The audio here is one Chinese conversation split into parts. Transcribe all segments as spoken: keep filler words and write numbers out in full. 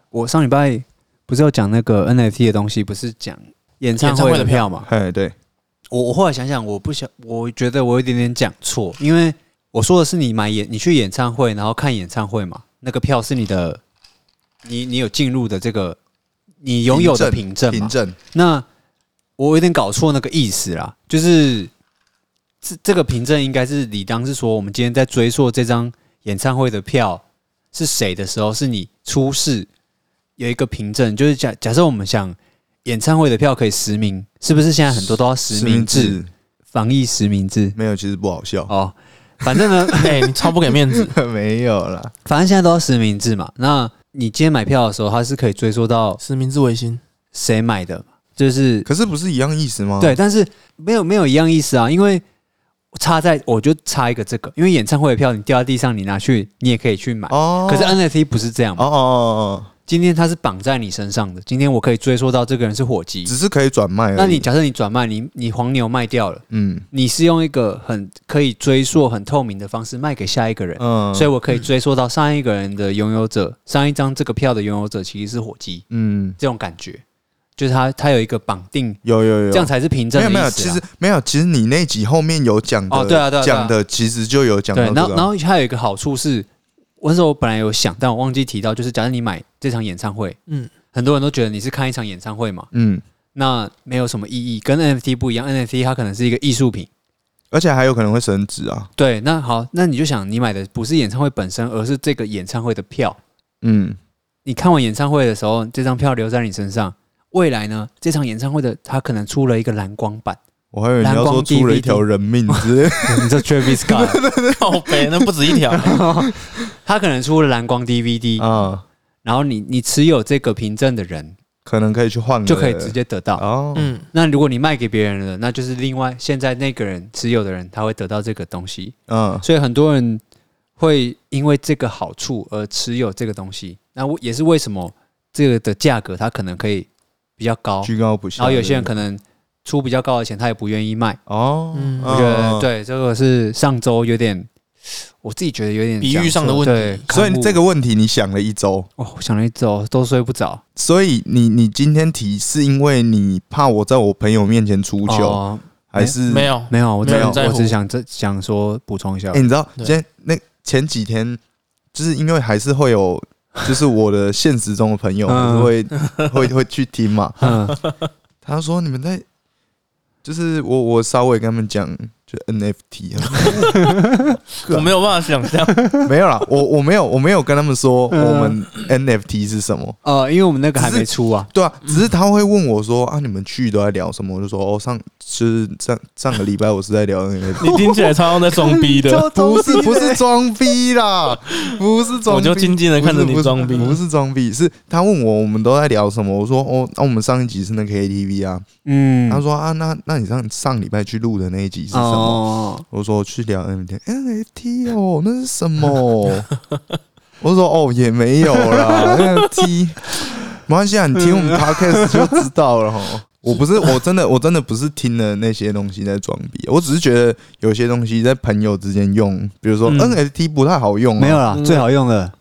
我上礼拜不是有讲那个 N F T 的东西，不是讲演唱会的票嘛？ 哎，对。 我我后来想想，我不想，我觉得我有一点点讲错，因为我说的是你买演，你去演唱会，然后看演唱会嘛，那个票是你的，你你有进入的这个你拥有的凭证嘛？凭证。那我有点搞错那个意思啦，就是这这个凭证应该是理当是说，我们今天在追溯这张演唱会的票是谁的时候，是你出示有一个凭证，就是假假设我们想。演唱会的票可以实名，是不是现在很多都要实名制？防疫实名制没有，其实不好笑哦。反正呢， 哎、欸，你超不给面子。 没有啦， 反正现在都要实名制嘛。那你今天买票的时候，它是可以追溯到实名制维新谁买的，就是。 可是不是一样意思吗？ 对，但是没有没有一样意思啊，因为差在我就差一个这个，因为演唱会的票你掉在地上，你拿去你也可以去买。哦。可是 N F T 不是这样嘛？哦哦哦哦。今天它是绑在你身上的，今天我可以追溯到这个人是伙计， 只是可以转卖而已。 那你假设你转卖，你你黄牛卖掉了，嗯，你是用一个很可以追溯、很透明的方式卖给下一个人，嗯，所以我可以追溯到上一个人的拥有者，上一张这个票的拥有者其实是伙计，嗯，这种感觉，就是他他有一个绑定， 有有有， 这样才是凭证的意思。 没有没有，其实没有，其实你那集后面有讲的， 哦，对啊对啊， 讲的其实就有讲到这个。 对，然后然后还有一个好处是。我那时候我本来有想，但我忘记提到，就是假设你买这场演唱会，嗯，很多人都觉得你是看一场演唱会嘛，嗯，那没有什么意义，跟 N F T 不一样 ，N F T 它可能是一个艺术品， 而且还有可能会升值啊。 对，那好，那你就想，你买的不是演唱会本身，而是这个演唱会的票，嗯，你看完演唱会的时候，这张票留在你身上，未来呢，这场演唱会的它可能出了一个蓝光版。 我还以为你要说出了一条人命之类的， 你说 Travis Scott 靠北，那不止一条。 他可能出了蓝光 D V D 啊，然后你你持有这个凭证的人， 可能可以去换， 就可以直接得到。哦，嗯，那如果你卖给别人了，那就是另外现在那个人持有的人，他会得到这个东西。嗯，所以很多人会因为这个好处而持有这个东西，那也是为什么这个的价格它可能可以比较高， 居高不下。 然后有些人可能。出比较高的钱，他也不愿意卖哦。嗯，我觉得对这个是上周有点，我自己觉得有点比喻上的问题。 所以这个问题你想了一周哦，我想了一周都睡不着。 所以你你今天提是因为你怕我在我朋友面前出糗，哦、还是没有没有？我没有，我只想这想说补充一下。 哎、欸，你知道今天那前几天，就是因为还是会有，就是我的现实中的朋友还是会、嗯、会会去听嘛。嗯、他说你们在。就是我，我稍微跟他们讲，就 N F T 啊， 我没有办法想象， 没有啦，我我没有，我没有跟他们说我们 N F T 是什么， 呃，因为我们那个还没出啊， 对啊，只是他会问我说啊，你们去都在聊什么？我就说哦，上就是上上个礼拜我是在聊 N F T， 你听起来超像在装逼的， 不是不是装逼啦，不是装逼， 我就静静的看着你装逼， 不是装逼，是他问我我们都在聊什么？我说哦，那、啊、我们上一集是那个 K T V 啊，嗯，他说啊，那那你上上礼拜去录的那一集是什么？哦、我说去聊 N F T，N F T 哦，那是什么？我说哦，也没有啦 ，N F T， 没关系啊，你听我们 podcast 就知道了哈。我不是，我真的，我真的不是听了那些东西在装逼，我只是觉得有些东西在朋友之间用，比如说 N F T 不太好用、啊， 没有啦，嗯、最好用的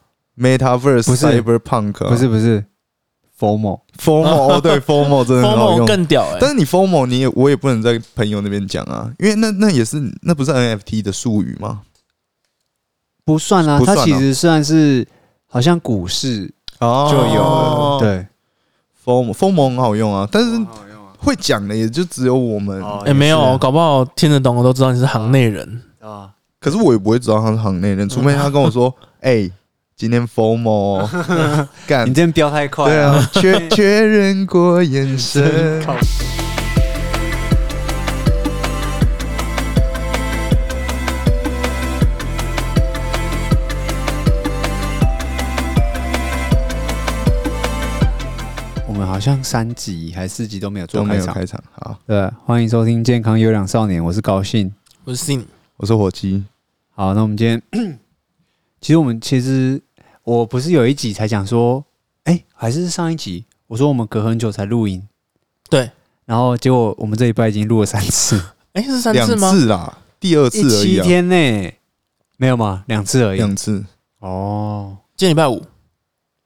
Metaverse、Cyberpunk， 不是不是 ，FOMO，FOMO， 哦，对 ，FOMO 真的很好用， FOMO 更屌哎、欸。 但是你 FOMO 你也我也不能在朋友那边讲啊，因为那那也是那不是 N F T 的术语吗？ 不算啊， 不算啊， 它其实算是好像股市就有了，哦、对 ，FOMO FOMO 很好用啊，但是。会讲的也就只有我们， 哎、欸，没有，搞不好听得懂我都知道你是行内人啊。可是我也不会知道他是行内人，除非他跟我说，哎、欸，今天 FOMO， 干， 你今天飙太快了， 对啊，确确认过眼神。 好像三集还是四集都没有做开场， 开场好， 对，欢迎收听健康优良少年，我是高兴， 我是 Sim， 我是火鸡。 好，那我们今天，其实我们其实我不是有一集才讲说，哎、欸，还是上一集，我说我们隔很久才录音， 对， 然后结果我们这一拜已经录了三次， 哎、欸，是三次吗？ 两次啦，第二次而已、啊， 七天内没有吗？两次而已， 两次。 哦， 今天礼拜五。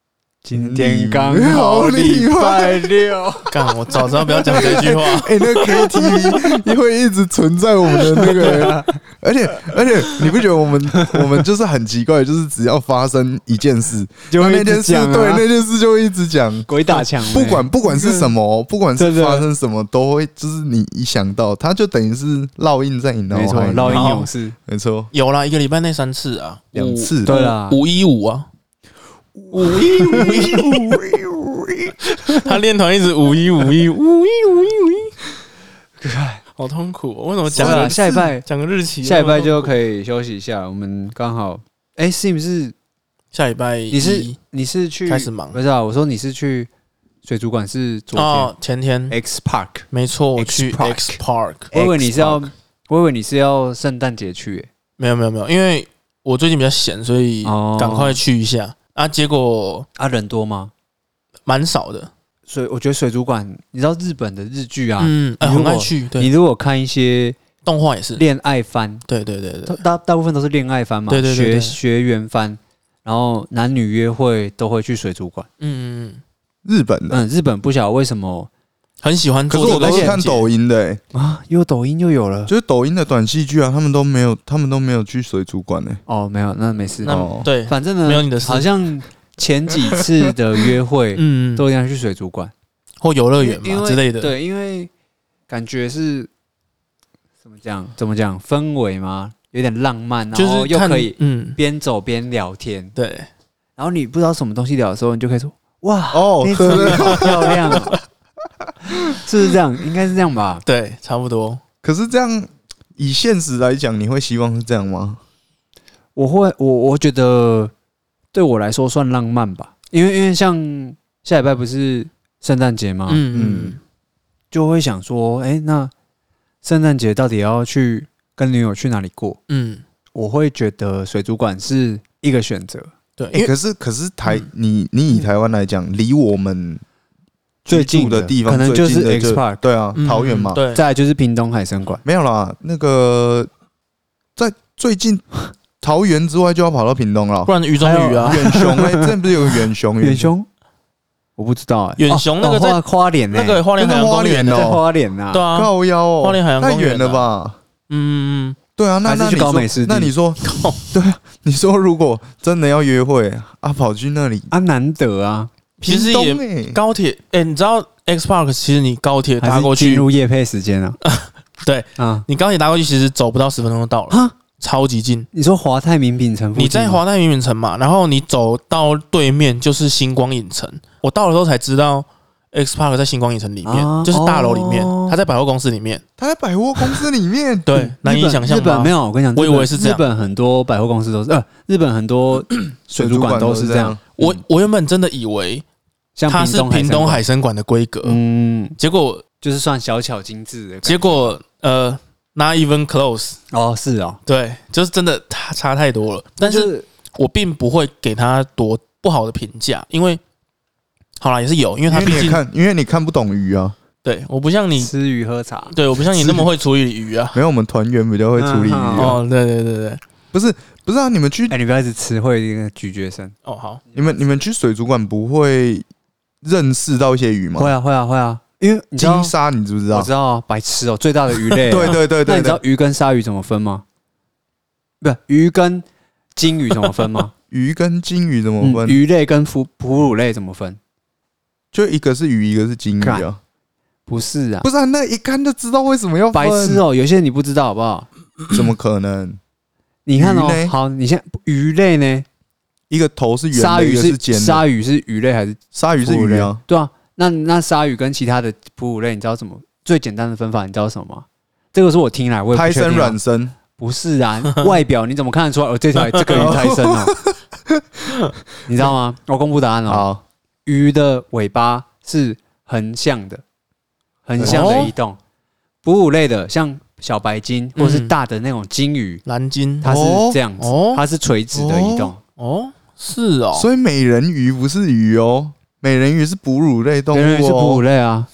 今天刚好礼拜六。 干，我早知道不要讲这句话。 哎、欸，那个 K T V 会一直存在我们的那个，而且而且你不觉得我们我们就是很奇怪，就是只要发生一件事， 就会那件事、啊、对那件事就会一直讲鬼打墙， 不管不管是什么，不管是发生什么，都会就是你一想到，它就等于是烙印在你脑海里。 没错，烙印勇士， 没错， 有啦，一个礼拜内三次啊， 两次， 对啦， 五一五啊。五一五一五一五一，他练团一直五一五一五一五一五一，好痛苦、哦！为什么讲了下礼拜讲个日期， 下礼拜就可以休息一下？我们刚好，哎 ，Sim 是下礼拜你是你是去开始忙？ 不是啊，我说你是去水族馆是昨天哦，前天 X Park， 没错，我去 X Park。 我以为你是要，我以为你是要圣诞节去、欸， 没有没有没有，因为我最近比较闲，所以赶快去一下。啊，结果啊，人多吗？ 蛮少的， 所以我觉得水族馆，你知道日本的日剧啊， 嗯，欸、很爱去。对， 你如果看一些动画也是恋爱番， 对对对对， 大大部分都是恋爱番嘛， 对对对对， 学学园番，然后男女约会都会去水族馆。 嗯嗯， 日本的， 嗯，日本不晓得为什么很喜欢做这个，可是我都是看抖音的、欸、 啊，又抖音又有了， 就是抖音的短戏剧啊，他们都没有，他们都没有去水族馆呢、欸。 哦，没有，那没事。 那哦， 对， 反正呢， 没有你的事， 好像。前几次的约会，嗯，都一定要去水族馆或游乐园嘛之类的。 对，因为感觉是怎么讲？怎么讲？氛围嘛，有点浪漫，然后又可以嗯边走边聊天。 对， 然后你不知道什么东西聊的时候，你就可以说：“哇， 哦， 那只好漂亮、喔，是不是这样？应该是这样吧？” 对，差不多。 可是这样以现实来讲，你会希望是这样吗？ 我会，我我觉得。对我来说算浪漫吧，因为因为像下礼拜不是圣诞节吗？嗯嗯，就会想说，哎、欸，那圣诞节到底要去跟女友去哪里过？嗯，我会觉得水族馆是一个选择。 对，欸、可是可是台、嗯、你你以台湾来讲，离我们最近的地方可能就是 X Park， 对啊， 嗯、 桃园嘛， 对， 再来就是屏东海参馆。 没有啦，那个在最近。桃园之外就要跑到屏东了， 不然鱼中鱼啊， 远雄哎，这不是有个远雄？ 远雄我不知道哎、 欸，远雄那个在花莲那个花莲海洋公园在花莲呐， 对啊， 靠腰哦， 花莲海洋公园太远了吧？ 嗯， 对啊，那那你说，那你说，对啊，你说如果真的要约会啊，跑去那里啊，难得啊， 其实也高铁哎，你知道 X Park 其实你高铁搭过去进入业配时间啊， 对啊，你高铁搭过去其实走不到十分钟就到了。超级近！ 你说华泰名品城附近， 你在华泰名品城嘛，然后你走到对面就是星光影城。我到了之后才知道 ，X Park 在星光影城里面，啊、就是大楼里面，它在百货公司里面。 它在百货公司里面， 对，难以想象。 日本没有，我跟你讲， 我以为是这样。 日本很多百货公司都是，呃，日本很多水族馆都是这样。 我我原本真的以为它是屏东海参馆的规格，嗯，结果就是算小巧精致的。 结果呃。Not even close 哦，是哦， 对，就是真的差差太多了。但是我并不会给他多不好的评价，因为好啦也是有，因为他毕竟看，因为你看不懂鱼啊。 对，我不像你吃鱼喝茶， 对我不像你那么会处理鱼啊。 没有，我们团员比较会处理鱼、啊。 哦，对对对对， 不是不是啊，你们去， 哎、欸，你不要一直词汇一个咀嚼声。 哦，好， 你们你们去水族馆不会认识到一些鱼吗？ 会啊会啊会啊。因为你知道金鲨，你知不知道？ 我知道啊，白痴哦、喔，最大的鱼类、啊。 对对对对。 那你知道鱼跟鲨鱼怎么分吗？不是鱼跟金鱼怎么分吗？ 鱼跟金鱼怎么分？ 嗯、鱼类跟哺哺乳类怎么分？ 就一个是鱼，一个是金鱼啊。 不是啊， 不是啊，那一看就知道为什么要分。 白痴哦、喔，有些你不知道好不好？ 怎么可能？ 你看哦、喔，好，你现在鱼类呢？ 一个头是圆的， 鲨鱼是尖的。 鲨鱼是鱼类还是？ 鲨鱼是鱼啊， 对啊。那那鲨鱼跟其他的哺乳类，你知道怎么最简单的分法？你知道什么吗？这个是我听来，我也不确定、啊。 胎生卵生不是啊，外表你怎么看得出来？哦，这条这个鱼胎生哦，你知道吗？我公布答案了、哦。鱼的尾巴是横向的，横向的移动。哺乳类的，像小白鲸或是大的那种金鱼、 蓝鲸， 它是这样子，它是垂直的移动。 哦，是哦。 所以美人鱼不是鱼哦。美人鱼是哺乳类动物、哦， 美人鱼是哺乳类啊，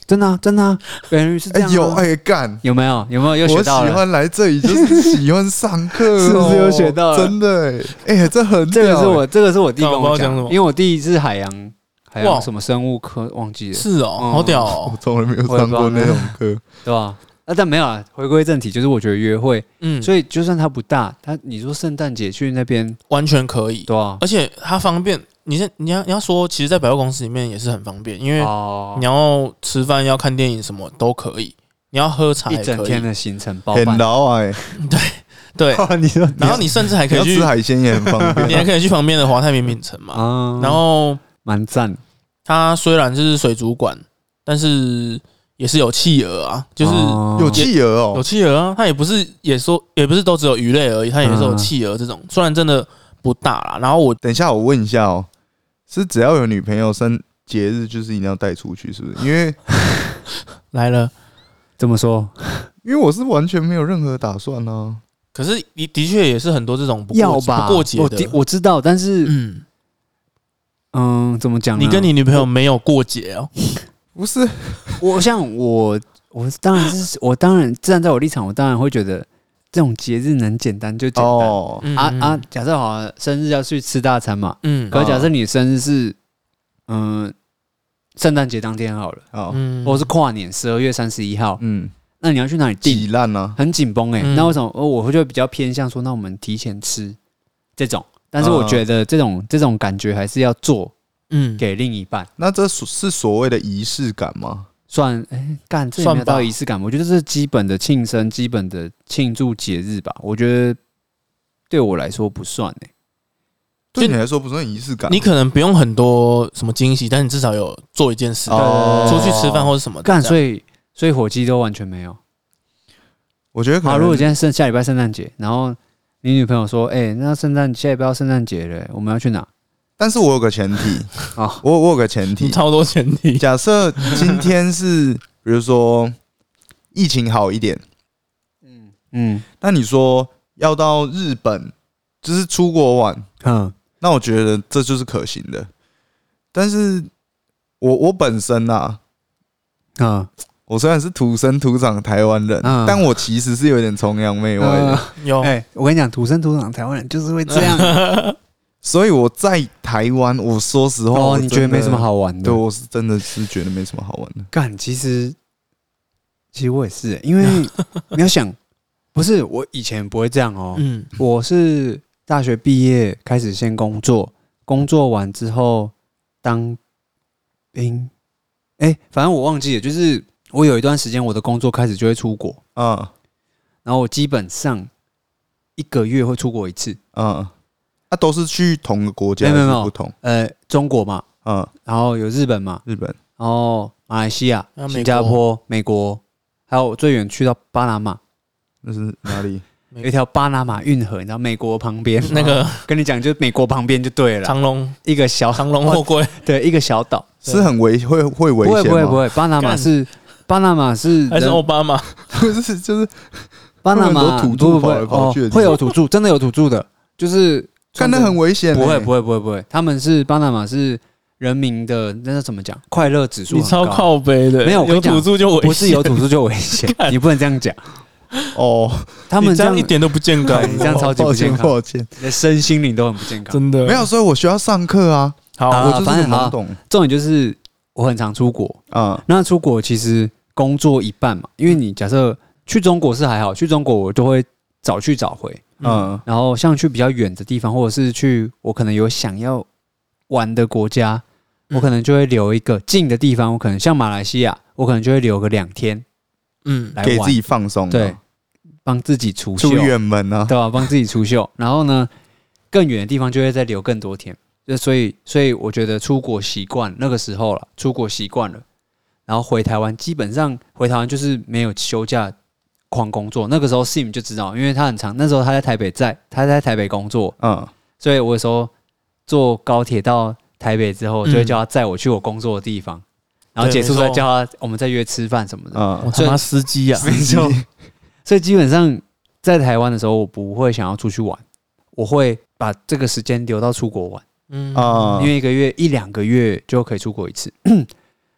真的啊，真的啊，北人是这样、啊。 哎、有哎干、欸， 有没有？有没有？又学到了。 我喜欢来这里，就是喜欢上课、喔， 是不是有学到了？ 真的哎、欸，哎、欸，这很这个是我这个是我弟跟我讲，因为我弟是海洋海洋什么生物科忘记了。 是哦，嗯、好屌哦！ 我从来没有上过那种课， 对吧？啊，但没有啊。回归正题，就是我觉得约会，嗯，所以就算它不大，它你说圣诞节去那边完全可以， 对啊， 而且它方便。你是你要你要说，其实，在百货公司里面也是很方便，因为你要吃饭、要看电影什么都可以，你要喝茶也可以， 一整天的行程包办。 很劳哎， 对对， 你说， 然后你甚至还可以去吃海鲜也很方便， 你还可以去旁边的华泰名品城嘛，啊、然后蛮赞。 它虽然就是水族馆，但是也是有企鹅啊，就是有企鹅哦， 有企鹅啊，它也不是也说也不是都只有鱼类而已，它也是有企鹅这种，虽然真的不大啦。然后我等一下我问一下哦。是只要有女朋友生节日，就是一定要带出去，是不是？因为来了， 怎么说？ 因为我是完全没有任何打算啊。 可是的的确也是很多这种不过要吧不过节的， 我, 我知道，但是嗯嗯，怎么讲？ 你跟你女朋友没有过节哦？ 不是， 我像我，我当然是我当然站在我立场，我当然会觉得。这种节日能简单就简单、哦、啊啊！假设好了，生日要去吃大餐嘛，嗯，可是假设你的生日是嗯圣诞节当天好了，哦，嗯，或是跨年十二月三十一号，嗯，那你要去哪里订？ 挤烂啊， 很紧绷哎。那为什么我会就比较偏向说，那我们提前吃这种？但是我觉得这种这种感觉还是要做，嗯，给另一半。 那这是所谓的仪式感吗？ 算哎，干、欸、这也没有到仪式感，我觉得这是基本的庆生、基本的庆祝节日吧。我觉得对我来说不算哎、欸， 对你来说不算仪式感。 你可能不用很多什么惊喜，但你至少有做一件事，哦、出去吃饭或者什么的。 干，所以所以火鸡都完全没有。 我觉得可能， 好，如果今天圣下礼拜圣诞节，然后你女朋友说，哎、欸，那圣诞下礼拜要圣诞节了，我们要去哪？ 但是我有个前提啊，我我有个前提， 超多前提。 假设今天是比如说疫情好一点，嗯嗯，那你说要到日本，就是出国玩，嗯，那我觉得这就是可行的。但是我我本身啊，啊，我虽然是土生土长的台湾人，嗯、但我其实是有点崇洋媚外的。 嗯、有，哎、欸，我跟你讲，土生土长的台湾人就是会这样。 所以我在台湾，我说实话， 哦，你觉得没什么好玩的？ 对，我是真的是觉得没什么好玩的。 干，其实其实我也是、欸，因为你要想，不是我以前不会这样哦、喔。嗯，我是大学毕业开始先工作，工作完之后当兵，哎、欸，反正我忘记了，就是我有一段时间我的工作开始就会出国啊、嗯，然后我基本上一个月会出国一次，嗯。 啊，都是去同个国家， 没有没有不同。 呃，中国嘛，嗯，然后有日本嘛， 日本， 然后马来西亚、新加坡、美国，还有最远去到巴拿马， 那是哪里？ 有一条巴拿马运河，你知道美国旁边那个， 跟你讲，就美国旁边就对了。 长隆一个小长隆货柜， 对，一个小岛， 是很危会会危险吗？ 不会不会不会，巴拿马是巴拿马是还是奥巴马？ 不是，就是巴拿马土著跑来跑去的， 会有土著，真的有土著的，就是。 看得很危险、欸， 不会不会不会不会，他们是巴拿马是人民的那叫怎么讲？快乐指数很高， 你超靠北的， 没有有土著就危险， 不是有土著就危险，你不能这样讲。 哦， 他们这样一点都不健康， 你这样超级不健康， 抱歉， 你的身心灵都很不健康， 真的没有，所以我需要上课啊。 好， 我就是很懵懂。 重点就是我很常出国啊，那出国其实工作一半嘛，因为你假设去中国是还好，去中国我就会早去早回。嗯，然后像去比较远的地方，或者是去我可能有想要玩的国家，我可能就会留一个近的地方。我可能像马来西亚，我可能就会留个两天，嗯，来玩给自己放松， 对，帮自己除秀， 出远门啊， 对吧？帮自己除秀。然后呢，更远的地方就会再留更多天。就所以，所以我觉得出国习惯那个时候了，出国习惯了，然后回台湾，基本上回台湾就是没有休假。狂工作，那个时候 Sim 就知道，因为他很长，那时候他在台北在，他在台北工作，嗯，所以我有时候坐高铁到台北之后，就会叫他载我去我工作的地方，嗯、然后结束再叫他，我们再约吃饭什么的。 嗯，我他妈司机啊， 没错。所以基本上在台湾的时候，我不会想要出去玩，我会把这个时间留到出国玩，嗯啊，因为一个月一两个月就可以出国一次。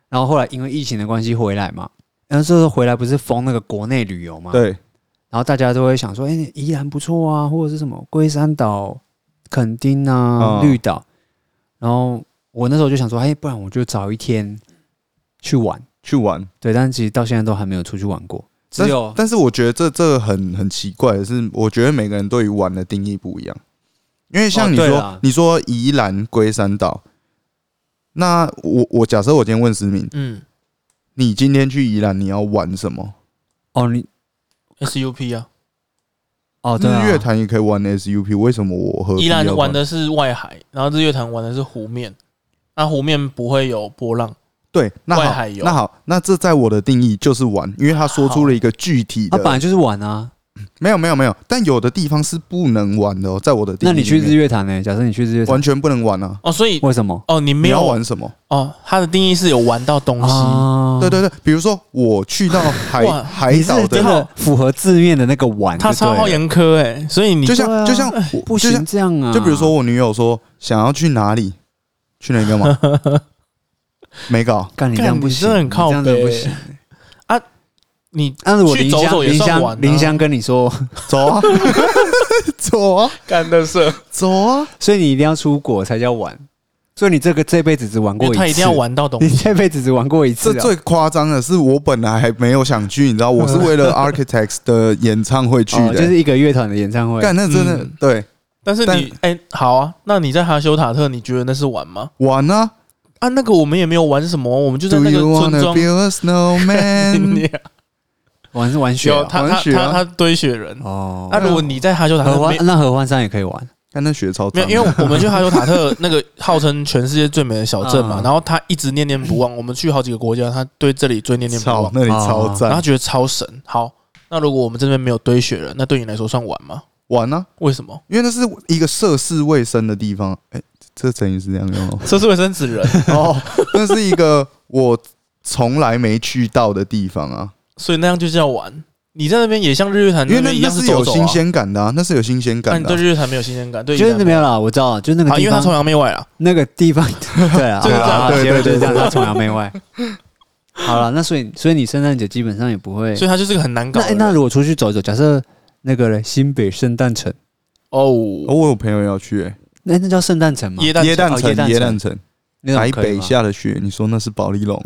然后后来因为疫情的关系回来嘛，然后这时候回来不是封那个国内旅游嘛？ 对。 然后大家都会想说，哎、欸，宜兰不错啊，或者是什么龟山岛、垦丁啊、绿岛。然后我那时候就想说，哎、欸，不然我就找一天去玩， 去玩。 对，但其实到现在都还没有出去玩过。只有， 但, 但是我觉得这这个很很奇怪的是，我觉得每个人对于玩的定义不一样。因为像你说，哦、你说宜兰龟山岛，那我我假设我今天问思敏，嗯，你今天去宜兰你要玩什么？ 哦，你 S U P 啊， 哦，对啊， 日月潭也可以玩 S U P， 为什么我和宜兰玩的是外海，然后日月潭玩的是湖面，那湖面不会有波浪。 对，那好，那好，那这在我的定义就是玩，因为他说出了一个具体的， 他本来就是玩啊。 没有没有没有，但有的地方是不能玩的哦，在我的定义。 那你去日月潭呢？假设你去日月潭， 完全不能玩啊！ 哦，所以为什么？ 哦，你没有你要玩什么？ 哦，它的定义是有玩到东西。 哦、 对对对，比如说我去到海海岛的， 真的符合字面的那个玩， 它超好严苛哎，所以你就像、啊、就像不行这样啊！ 就比如说我女友说想要去哪里，去哪里干嘛？没搞， 干你这样不行， 真的很靠北不行啊！你那我林香林香林香跟你说走啊，走啊， 干的是走啊， 所以你一定要出国才叫玩。所以你这个这辈子只玩过一次， 他一定要玩到东西。 你这辈子只玩过一次、啊。 这最夸张的是，我本来还没有想去，你知道，我是为了 Architects 的演唱会去的、 哦，就是一个乐团的演唱会。 干，那真的、嗯、对。 但是你哎、欸，好啊，那你在哈修塔特，你觉得那是玩吗？ 玩啊！ 啊，那个我们也没有玩什么，我们就在那个村庄。 Do you wanna build a snowman？ 玩是玩雪、啊， 他他他他堆雪人哦。那、啊、如果你在哈修塔特， 那合欢山也可以玩。 但那雪超没有，因为我们去哈修塔特那个号称全世界最美的小镇嘛，然后他一直念念不忘。我们去好几个国家，他对这里最念念不忘， 那里超赞， 然后觉得超神。好，那如果我们这边没有堆雪人，那对你来说算玩吗？ 玩啊！ 为什么？ 因为那是一个涉世未深的地方。哎、欸，这成语是这样用哦。 涉世未深指人哦，那是一个我从来没去到的地方啊。 所以那样就叫玩。你在那边也像日月潭那边一样是有新鲜感的啊，那是有新鲜感的、啊。 那你对日月潭没有新鲜感？对， 就是没有啦，我知道，就是那个地方， 因为它崇洋媚外啊， 那个地方，对啊， 就是这样， 对对对，这样，它崇洋媚外。好了，那所以所以你圣诞节基本上也不会， 所以它就是个很难搞的。 那那如果出去走一走，假设那个新北圣诞城， 哦，我有朋友要去、欸， 那那叫圣诞城吗？ 耶诞城，耶诞城，台北下的雪，你说那是保利龙？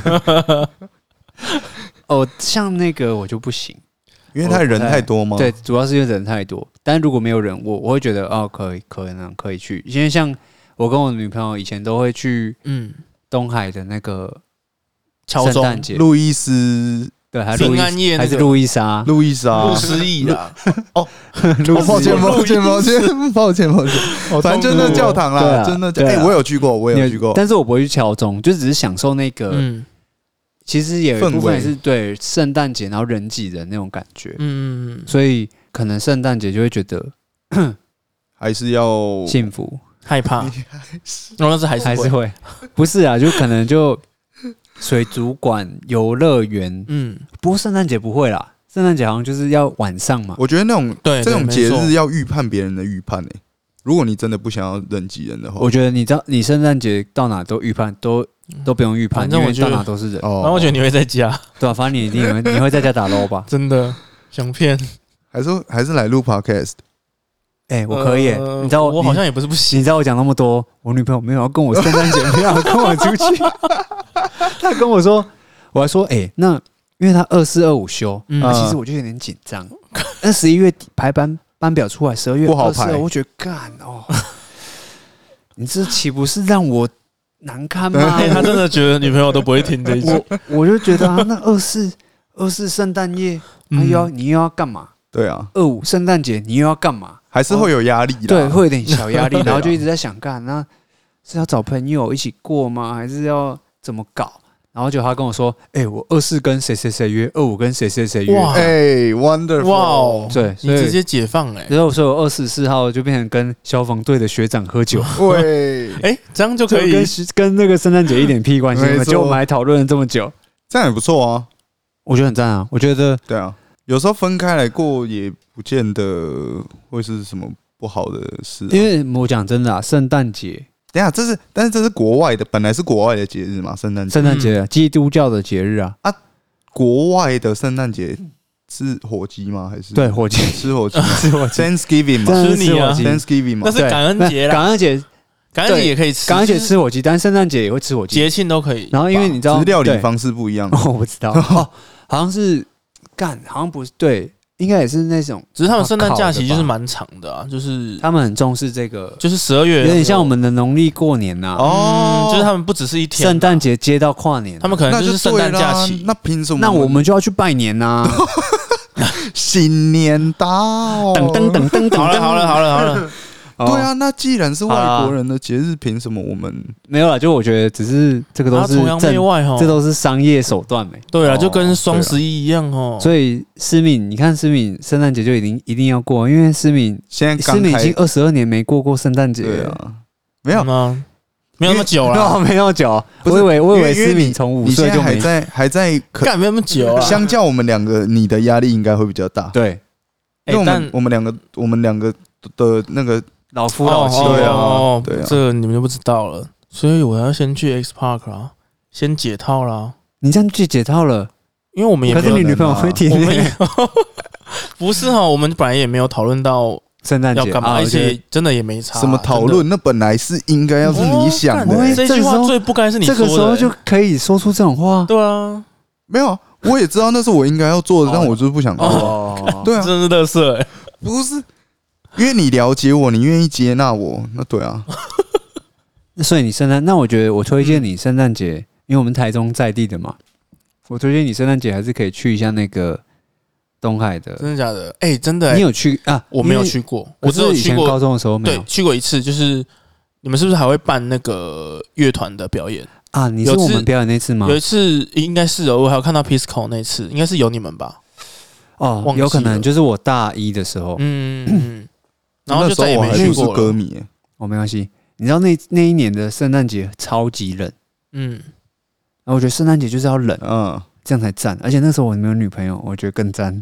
哦，像那个我就不行。 因为他人太多吗？ 对，主要是因为人太多。但如果没有人，我我会觉得哦，可以，可能可以去。因为像我跟我女朋友以前都会去，嗯，东海的那个圣诞节， 路易斯， 对，还是平安夜、那個， 还是路易莎， 路易莎， 路思义啦。 哦，抱歉，抱歉，抱歉，抱歉，抱歉。反正就那教堂啦，真的。哎，我有去过，我有去过， 但是我不会去敲钟，就只是享受那个。嗯，其实也有一部分是对圣诞节，然后人挤人那种感觉，嗯，所以可能圣诞节就会觉得还是要幸福、 害怕，那是还是还是会，不是啊，就可能就水族馆、游乐园，嗯，不过圣诞节不会啦，圣诞节好像就是要晚上嘛。 我觉得那种对这种节日要预判别人的预判诶，如果你真的不想要人挤人的话， 我觉得你知道，你圣诞节到哪都预判都。都不用预判，因为到哪都是人。 反正我觉得你会在家， 对啊，反正你一定会，你会在家打 L O 吧？ 真的想骗， 还是还是来录 podcast？ 哎、欸，我可以、欸呃，你知道我， 我好像也不是不行。 你知道我讲那么多，我女朋友没有要跟我圣诞节，没有要跟我出去。她跟我说，我还说，哎、欸，那因为她二四二五休，嗯，其实我就有点紧张。那十一月底排班班表出来，十二月不好排， 我觉得干哦，你这岂不是让我？难堪吗？ 欸、他真的觉得女朋友都不会听这一集， 我我就觉得啊，那二四二四圣诞夜，哎、嗯、呦，你又要干嘛？ 对啊， 二五圣诞节你又要干嘛？ 还是会有压力的， 对，会有点小压力，然后就一直在想，干那是要找朋友一起过吗？还是要怎么搞？然后就他跟我说，哎、欸，我二四跟谁谁谁约，二五跟谁谁谁约， 哇，哎、欸、，wonderful， 哇， 对， 你直接解放哎、欸， 然后所以我二十四号就变成跟消防队的学长喝酒， 对， 哎、欸，这样就可以跟跟那个圣诞节一点屁关系没有，就我们还讨论了这么久， 这样也不错啊， 我觉得很赞啊，我觉得对啊，有时候分开来过也不见得会是什么不好的事、啊， 因为我讲真的啊，圣诞节等一下，这是但是这是国外的，本来是国外的节日嘛，圣诞节。 圣诞节、啊，基督教的节日啊。 啊，国外的圣诞节是火鸡吗？还是对火鸡吃火鸡？ 吃火鸡 Thanksgiving 嘛， 吃你啊 ，Thanksgiving 嘛， 那是感恩节啦。 感恩节， 感恩节也可以吃， 感恩节吃火鸡，但圣诞节也会吃火鸡， 节庆都可以。 然后因为你知道， 只是料理方式不一样。 哦，我不知道，哦，好像是干，好像不是对。应该也是那种， 只是他们圣诞假期就是蛮长的啊，就是他们很重视这个， 就是十二月有点像我们的农历过年呐、啊。 哦、嗯，就是他们不只是一天、啊， 圣诞节接到跨年、啊， 他们可能就是圣诞假期。 那凭什么？ 那我们就要去拜年呐、 啊！新年到！ 噔噔噔噔噔！ 好了好了好了好了。 对啊，那既然是外国人的节日，凭什么我们没有啦？就我觉得，只是这个都是崇洋媚外哈， 这都是商业手段没。 对啊，就跟双十一一样哦。 所以思敏，你看思敏圣诞节就一定一定要过，因为思敏现在思敏已经二十二年没过过圣诞节了， 啊，没有吗？没有那么久了， 没那么久。我以为我以为思敏从五岁就还在还在干没那么久啊。 相较我们两个，你的压力应该会比较大。 对， 因为我们我们两个我们两个的那个。 老夫老妻对啊， 对啊， 这个你们就不知道了，所以我要先去 X Park 啦，先解套啦。 你这样去解套了， 因为我们也可是你女朋友会听， 我们也不是哈，我们本来也没有讨论到圣诞节要干嘛，而且真的也没差。 什么讨论？那本来是应该要是你想的， 这句话最不该是你说的。 这个时候就可以说出这种话。 对啊， 没有，我也知道那是我应该要做的，但我就是不想做。 哦， 对啊， 真是垃圾哎， 不是。因为你了解我，你愿意接纳我，那对啊。 那所以你圣诞，那我觉得我推荐你圣诞节，因为我们台中在地的嘛，我推荐你圣诞节还是可以去一下那个东海的。 真的假的？哎、欸，真的、欸， 你有去啊？ 我没有去过，我只有去过高中的时候没有。 对，去过一次，就是你们是不是还会办那个乐团的表演啊？你是我们表演那次吗？ 有一次应该是哦，我还有看到 Pisco 那次，应该是有你们吧？ 哦，有可能就是我大一的时候。 嗯嗯。然后就再也没去过了。 歌迷， 哦，没关系。你知道那那一年的圣诞节超级冷，嗯，然后我觉得圣诞节就是要冷，嗯，这样才赞。而且那时候我没有女朋友，我觉得更赞，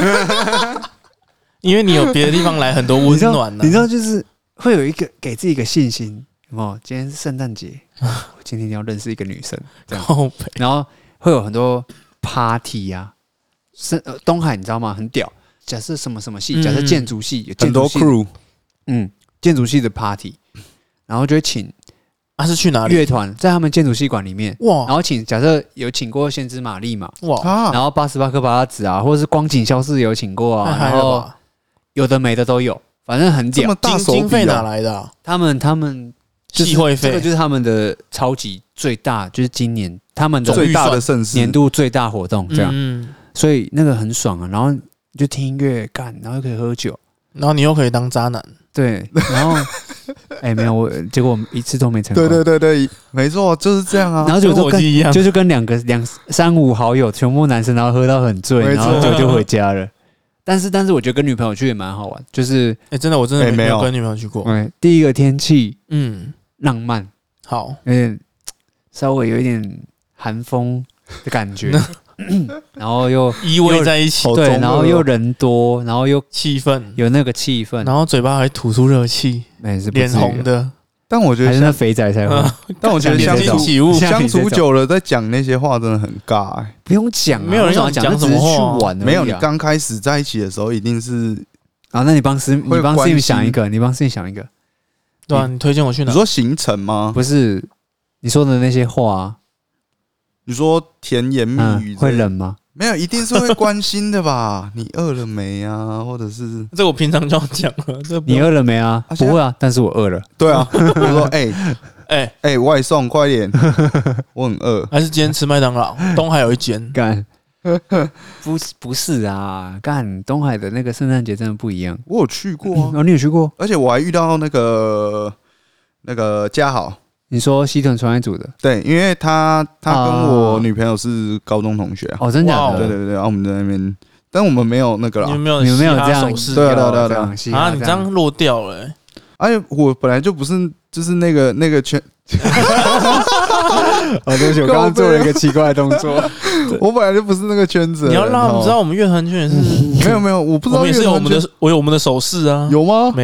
因为你有别的地方来很多温暖呢、 啊。你知道，就是会有一个给自己一个信心，有没有？今天是圣诞节，我今天要认识一个女生，这样，然后会有很多 party 呀、啊，是东海你知道吗？很屌。假设什么什么系，假设建筑系有很多 crew， 嗯，建筑系的 party， 然后就会请啊是去哪里？ 乐团在他们建筑系馆里面哇， 然后请假设有请过先知玛丽嘛哇， 然后八十八颗巴拉子啊，或者是光景消逝有请过啊，然后有的没的都有，反正很屌。 这么大手笔、啊、 经费哪来的、啊？ 他们他们系会费， 这个就是他们的超级最大，就是今年他们的最大的盛事， 年度最大活动这样， 嗯， 所以那个很爽啊，然后。就听音乐干，然后又可以喝酒， 然后你又可以当渣男， 对，然后哎、欸、没有我，结果我们一次都没成功。 对对对对，没错，就是这样啊。 然后就跟就是跟两个两三五好友，全部男生，然后喝到很醉，然后就就回家了。但是但是我觉得跟女朋友去也蛮好玩，就是哎、欸、真的我真的没有跟女朋友去过。 哎，第一个天气嗯浪漫， 好， 有点稍微有一点寒风的感觉。然后又依偎在一起， 对，然后又人多，然后又气氛有那个气氛， 然后嘴巴还吐出热气，脸红的。 但我觉得还是那肥仔才会。 嗯、但我觉得相处相处久了，在讲那些话真的很尬、欸。 不用讲、啊， 没有人想讲什么话、 啊，去玩、啊。 没有，你刚开始在一起的时候，一定是啊。那你帮思，你帮思敏想一个，你帮思敏想一个。 对啊，你推荐我去哪？ 你说行程吗？ 不是，你说的那些话、啊。 你说甜言蜜语、 嗯、会冷吗？ 没有，一定是会关心的吧？你饿了没啊？或者是这我平常就要讲了。这你饿了没啊？啊不会啊，但是我饿了。 对啊，我说哎哎哎，外送快点，我很饿。 还是今天吃麦当劳？东海有一间。 干，不是不是啊，干东海的那个圣诞节真的不一样。 我有去过啊， 哦，你有去过？ 而且我还遇到那个那个嘉豪。 你说西屯传爱组的， 对，因为他他跟我女朋友是高中同学啊。 哦，真假的？ 对对对，然后我们在那边，但我们没有那个啦， 你们没有， 你们没有这样手势， 对啊对啊对啊对啊， 啊，你这样落掉了、欸。 哎，我本来就不是，就是那个那个圈。 哦，对不起，我刚刚做了一个奇怪的动作。 我本来就不是那个圈子。 你要让他们知道，我们乐团圈也是。 没有没有，我不知道。 我们也是有我们的，我有我们的手势啊。 有吗？ 没有。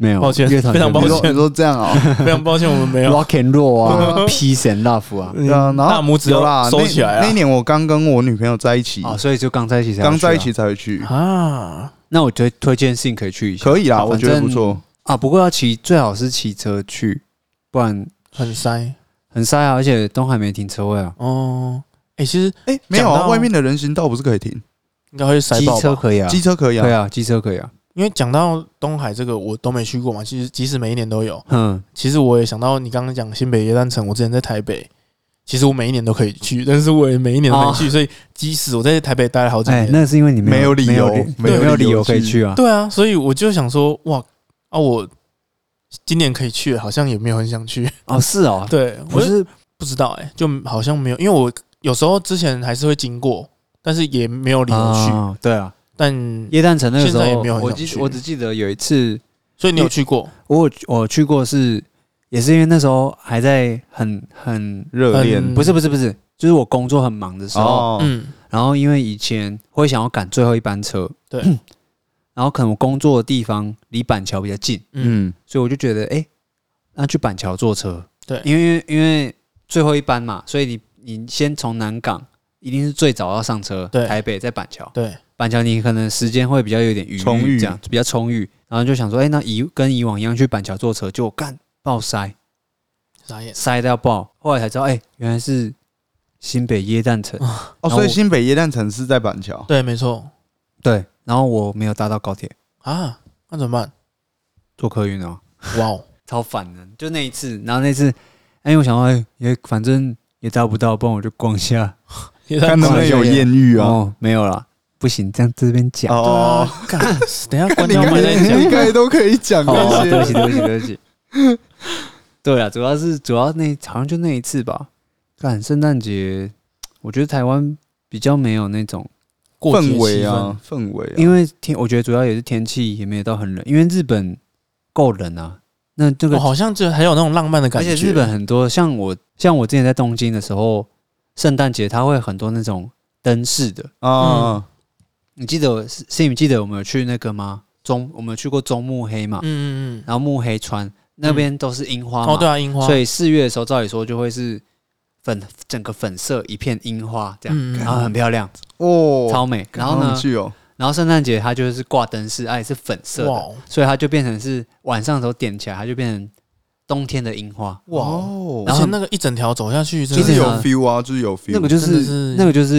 没有， 抱歉， 乐团非常抱歉。 你说这样啊？ 非常抱歉，我们没有 rock and roll 啊，peace and love 啊， 对啊，然后大拇指要收起来啊。 那一年我刚跟我女朋友在一起啊，所以就刚在一起才刚在一起才会去啊。 那我推推荐信可以去一下， 可以啦，我觉得不错啊。不过要骑，最好是骑车去，不然很塞， 很塞啊，而且东海没停车位啊。 哦，哎，其实哎没有啊，外面的人行道不是可以停？ 应该会塞爆吧。 机车可以啊， 机车可以啊， 对啊，机车可以啊。 因为讲到东海这个，我都没去过嘛。其实即使每一年都有， 嗯， 其实我也想到你刚刚讲新北耶诞城，我之前在台北，其实我每一年都可以去，但是我也每一年都没去，所以即使我在台北待了好几年， 那是因为你没有理由， 没有理由可以去啊。 对啊，所以我就想说，哇啊，我今年可以去，好像也没有很想去。 哦，是哦， 对， 我是不知道哎，就好像没有，因为我有时候之前还是会经过，但是也没有理由去。 对啊。 但耶诞城那个时候， 也没有很我记我只记得有一次， 所以你有去过？ 我我去过是，也是因为那时候还在很很热恋， 不是不是不是，就是我工作很忙的时候，嗯，然后因为以前会想要赶最后一班车， 对， 然后可能我工作的地方离板桥比较近，嗯，所以我就觉得，哎，那去板桥坐车， 对， 因为因为最后一班嘛，所以你你先从南港一定是最早要上车， 对， 台北在板桥， 对。 板桥你可能时间会比较有点余裕，这样比较充裕，然后就想说，哎、欸，那以跟以往一样去板桥坐车，就干爆塞，塞到爆。后来才知道，哎、欸，原来是新北耶诞城哦，所以新北耶诞城是在板桥。 对，没错。 对，然后我没有搭到高铁啊，那怎么办？ 坐客运哦。 哇哦， 超烦的。就那一次，然后那次，哎、欸，我想说，哎、欸，也反正也搭不到，不然我就逛下， 看能不能有艳遇啊？ 哦，没有啦。不行，这样在这边讲哦。等一下关掉麦再讲， 应该都可以讲那些。 对不起，对不起，对不起。对啊，主要是主要那好像就那一次吧。干圣诞节，我觉得台湾比较没有那种氛围啊，氛围。 因为天，我觉得主要也是天气也没有到很冷，因为日本够冷啊。那这个、 哦、好像就还有那种浪漫的感觉。 而且日本很多，像我像我之前在东京的时候，圣诞节它会很多那种灯饰的啊。嗯你记得是是你记得我们有去那个吗？中我们有去过中目黑嘛，嗯嗯嗯，然后目黑川那边都是樱花嘛， 哦对啊樱花， 所以四月的时候照理说就会是粉整个粉色一片樱花这样，嗯、然后很漂亮哦，超美。然后呢， 哦、 然后圣诞节它就是挂灯饰，它也是粉色的，所以它就变成是晚上的时候点起来，它就变成冬天的樱花哇哦，然后那个一整条走下去就是有 feel 啊，就是有 feel， 那个就是那个就是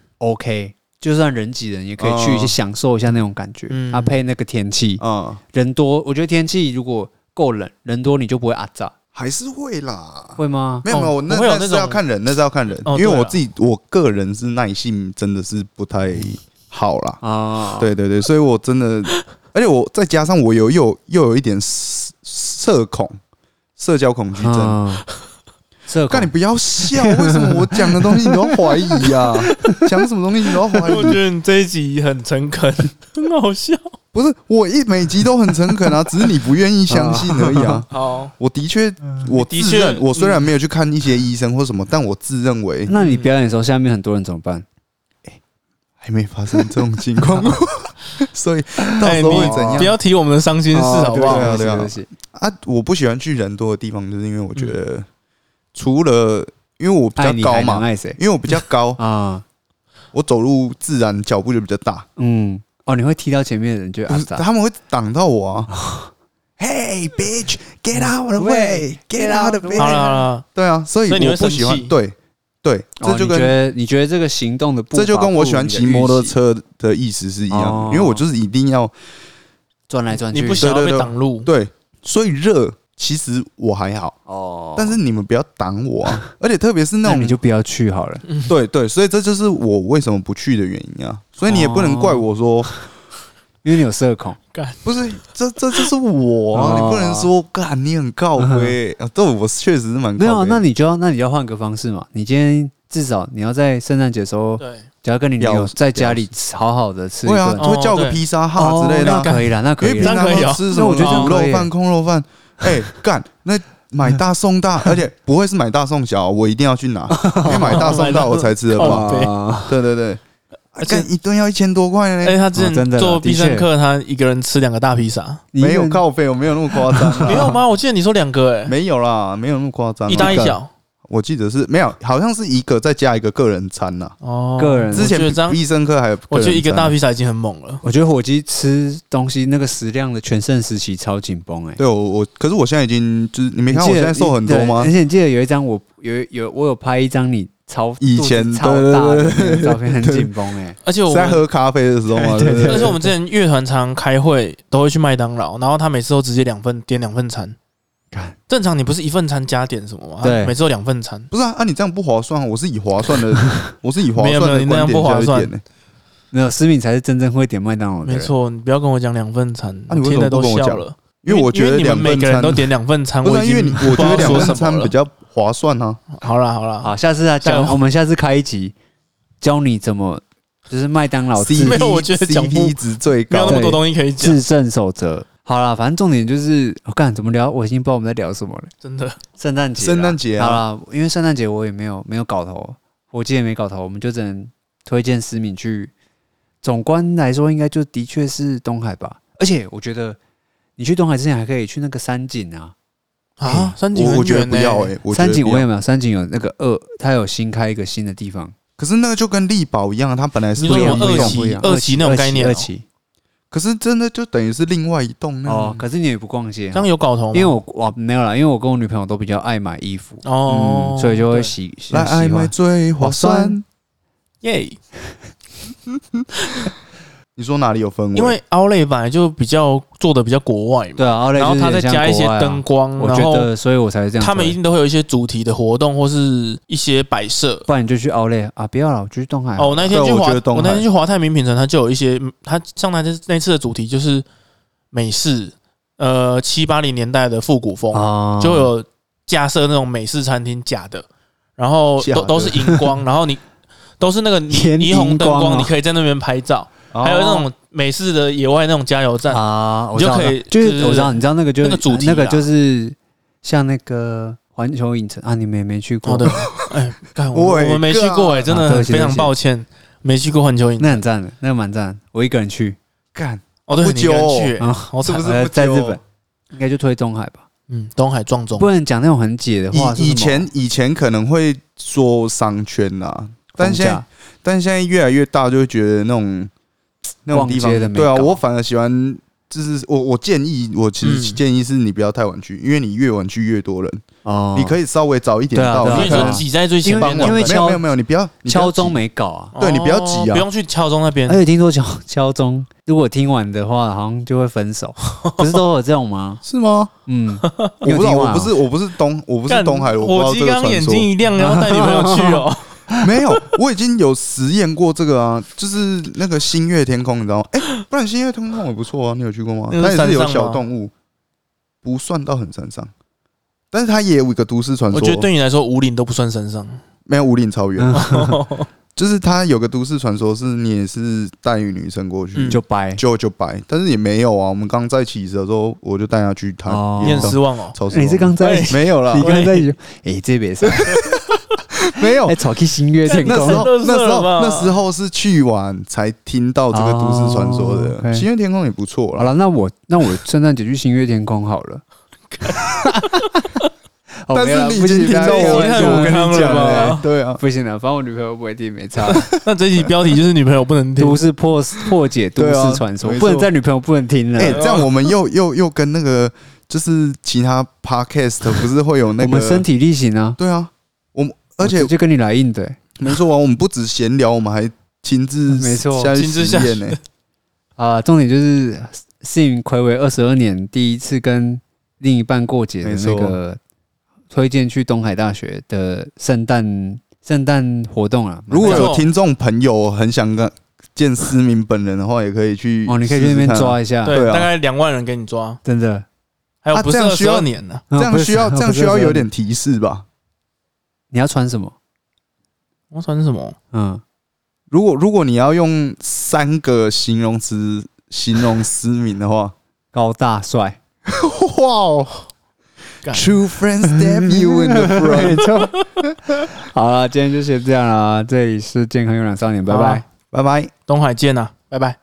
OK。就算人挤人也可以去去享受一下那种感觉，嗯，它配那个天气，嗯，人多，我觉得天气如果够冷，人多你就不会阿杂， 还是会啦， 会吗？ 没有没有，那那是要看人，那是要看人，因为我自己我个人是耐性真的是不太好啦，啊，对对对，所以我真的，而且我再加上我有又又有一点社恐，社交恐惧症。干你不要笑！为什么我讲的东西你都要怀疑呀？讲什么东西你都要怀疑？ 我觉得你这一集很诚恳，很好笑。 不是我一每集都很诚恳啊，只是你不愿意相信而已啊。 好， 我的确，我自认我虽然没有去看一些医生或什么，但我自认为。 那你表演的时候，下面很多人怎么办？ 哎，还没发生这种情况过，所以到时候会怎样？ 不要提我们的伤心事，好不好？ 对啊，对啊。啊，我不喜欢去人多的地方，就是因为我觉得。除了因为我比较高嘛，因为我比较高啊，我走路自然脚步就比较大。嗯， 哦，你会踢到前面的人就他们会挡到我啊。Hey bitch, get out of the way, get out of the way。 好了好了， 对啊，所以我不喜欢。对对，这就跟你觉得这个行动的， 这就跟我喜欢骑摩托车的意思是一样，因为我就是一定要转来转去， 你不想要被挡路。 对，所以热。其实我还好哦，但是你们不要挡我啊！而且特别是那种， 那你就不要去好了。 对对，所以这就是我为什么不去的原因啊！所以你也不能怪我说， 因为你有社恐。 不是，这这就是我啊！你不能说干你很靠北啊！这我确实是蛮没有，那你就要那你就要换个方式嘛！你今天至少你要在圣诞节的时候，对，只要跟你女友在家里好好的吃一顿， 会叫个披萨哈之类的， 那可以了，那可以， 那可以啊！ 吃什么卤肉饭、空肉饭。哎，干！那买大送大，而且不会是买大送小，我一定要去拿，因为买大送大我才吃得饱。对对对， 而且一顿要一千多块呢。 而且他之前做必胜客，他一个人吃两个大披萨， 没有靠北，我没有那么夸张。 没有吗？我记得你说两个，哎， 没有啦，没有那么夸张， 一大一小。 我记得是没有，好像是一个再加一个个人餐呐。 哦，个人之前必胜客还有， 我觉得一个大披萨已经很猛了。 我觉得火鸡吃东西那个食量的全盛时期超紧绷哎。 对，我我可是我现在已经就是你没看我现在瘦很多吗？ 而且你记得有一张我有有我有拍一张你超以前超大的照片，很紧绷哎。 而且我在喝咖啡的时候嘛， 而且我们之前乐团常开会都会去麦当劳，然后他每次都直接两份点两份餐。正常你不是一份餐加点什么吗？对，每次都两份餐。 不是啊，啊你这样不划算。我是以划算的，我是以划算的没有没有，你那样不划算。 没有，思敏才是真正会点麦当劳的人。 没错，你不要跟我讲两份餐， 啊、你为什么不跟我讲了？因为我觉得你们每个人都点两份餐， 不是因为你我觉得两份餐比较划算啊。 好啦好啦， 好，下次啊，教我们下次开一集，教你怎么就是麦当劳 C P 我觉得 C P 值最高， 没有那么多东西可以讲。 制胜守则。好啦，反正重点就是我干、哦、怎么聊，我已经不知道我们在聊什么了。 真的， 圣诞节， 圣诞节啊！ 好啦，因为圣诞节我也没有没有搞头，我记得没搞头，我们就只能推荐思敏去。总观来说，应该就的确是东海吧。而且我觉得你去东海之前还可以去那个山景啊。 啊，山景、 欸、我觉得不要哎、欸， 山景我也没有，山景有那个二，它有新开一个新的地方。 可是那个就跟力宝一样，它本来是不一样，二期二期那种概念、喔， 二期。 可是真的就等于是另外一栋那哦，可是你也不逛街， 这样有搞头吗？ 因为我我没有啦，因为我跟我女朋友都比较爱买衣服哦、嗯，所以就会喜来爱买最划算， 耶！ 你说哪里有氛围？ 因为Outlet本来就比较做的比较国外嘛， 对啊， 然后他再加一些灯光， 我觉得所以我才这样。 他们一定都会有一些主题的活动或是一些摆设， 不然你就去 Outlet 啊，不要了，我就去东海。 哦，我那天去华，我那天去华泰名品城，它就有一些，它上台那次的主题就是美式，呃，七八零年代的复古风，哦、就有架设那种美式餐厅假的，然后都都是荧光，然后你都是那个霓虹灯光，你可以在那边拍照。还有那种美式的野外那种加油站啊，你就可以， 就是我知道，你知道那个就是那个主题， 那个就是像那个环球影城啊，你们也没去过的，哎，我我们没去过哎，真的非常抱歉，没去过环球影城， 那很赞的，那个蛮赞，我一个人去干， 哦对，你一个人去啊， 是不是在日本？应该就推东海吧， 嗯，东海撞钟， 不能讲那种很解的话。 以前以前可能会说商圈啦，但现在但现在越来越大，就会觉得那种。那种地方对啊，我反而喜欢，就是我我建议，我其实建议是你不要太晚去，因为你越晚去越多人哦。你可以稍微早一点到， 因为说挤在最前面， 因为没有没有没有，你不要敲钟没搞啊， 对你不要挤啊， 不用去敲钟那边。 而且听说敲敲钟，如果听完的话，好像就会分手，不是都有这种吗？ 是吗？ 嗯， 我不知道，我不是我不是东我不是东海，我不知道这个传说。 我眼睛一亮，然后带女朋友去哦。 没有，我已经有实验过这个啊，就是那个星月天空，你知道吗？哎、欸，不然星月天空也不错啊，你有去过吗？它也是有小动物，不算到很山上，但是它也有一个都市传说。 我觉得对你来说，武岭都不算山上， 没有武岭超远。就是它有个都市传说，是你也是带女生过去、 嗯、就掰就就掰，但是也没有啊。我们刚在一起的时候，我就带她去，她你很失望哦， 超失望。 你是刚在一起没有啦， 你刚在一起，哎、欸，这边是。 没有， 哎，跑去星月天空。 那时候，那时候，那时候是去玩才听到这个都市传说的。哦 okay、星月天空也不错啦。 好了，那我那我圣诞节去星月天空好了。 但是你已经听到我我跟你讲了，对啊， 不行了，反正我女朋友不会听，没差。 那这一集标题就是女朋友不能听， 都市破破解都市传说，不能在女朋友不能听了。 哎，这样我们又又又跟那个就是其他 podcast 不是会有那个我们身体力行啊？ 对啊，我们而且就跟你来硬的， 没错啊，我们不止闲聊，我们还亲自没错下去实验呢。 啊，重点就是Sim睽违二十二年第一次跟另一半过节的那个。推荐去东海大学的圣诞圣诞活动啊！ 如果有听众朋友很想跟见思明本人的话，也可以去哦，你可以去那边抓一下， 对，大概两万人给你抓， 真的。 还有不是二十二年呢， 这样需要这样需要有点提示吧？ 你要穿什么？ 我要穿什么？ 嗯，如果如果你要用三个形容词形容思明的话， 高大帅， 哇哦！True friends stab you in the front。 好了，今天就先这样啦。这里是健康优良少年，拜拜。 拜拜， 东海见啊，拜拜。